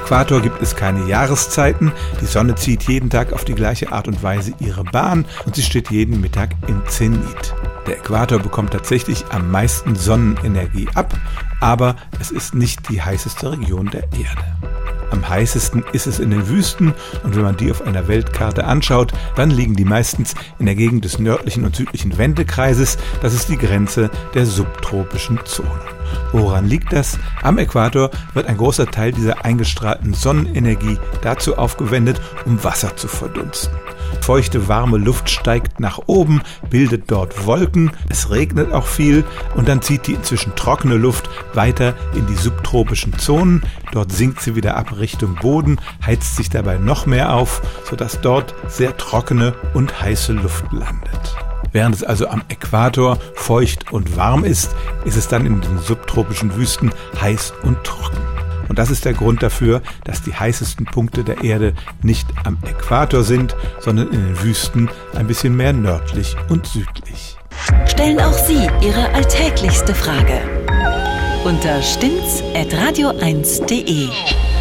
Äquator gibt es keine Jahreszeiten. Die Sonne zieht jeden Tag auf die gleiche Art und Weise ihre Bahn und sie steht jeden Mittag im Zenit. Der Äquator bekommt tatsächlich am meisten Sonnenenergie ab, aber es ist nicht die heißeste Region der Erde. Am heißesten ist es in den Wüsten und wenn man die auf einer Weltkarte anschaut, dann liegen die meistens in der Gegend des nördlichen und südlichen Wendekreises. Das ist die Grenze der subtropischen Zonen. Woran liegt das? Am Äquator wird ein großer Teil dieser eingestrahlten Sonnenenergie dazu aufgewendet, um Wasser zu verdunsten. Feuchte, warme Luft steigt nach oben, bildet dort Wolken, es regnet auch viel und dann zieht die inzwischen trockene Luft weiter in die subtropischen Zonen. Dort sinkt sie wieder ab Richtung Boden, heizt sich dabei noch mehr auf, sodass dort sehr trockene und heiße Luft landet. Während es also am Äquator feucht und warm ist, ist es dann in den subtropischen Wüsten heiß und trocken. Und das ist der Grund dafür, dass die heißesten Punkte der Erde nicht am Äquator sind, sondern in den Wüsten ein bisschen mehr nördlich und südlich. Stellen auch Sie Ihre alltäglichste Frage unter stimmt's@radio1.de.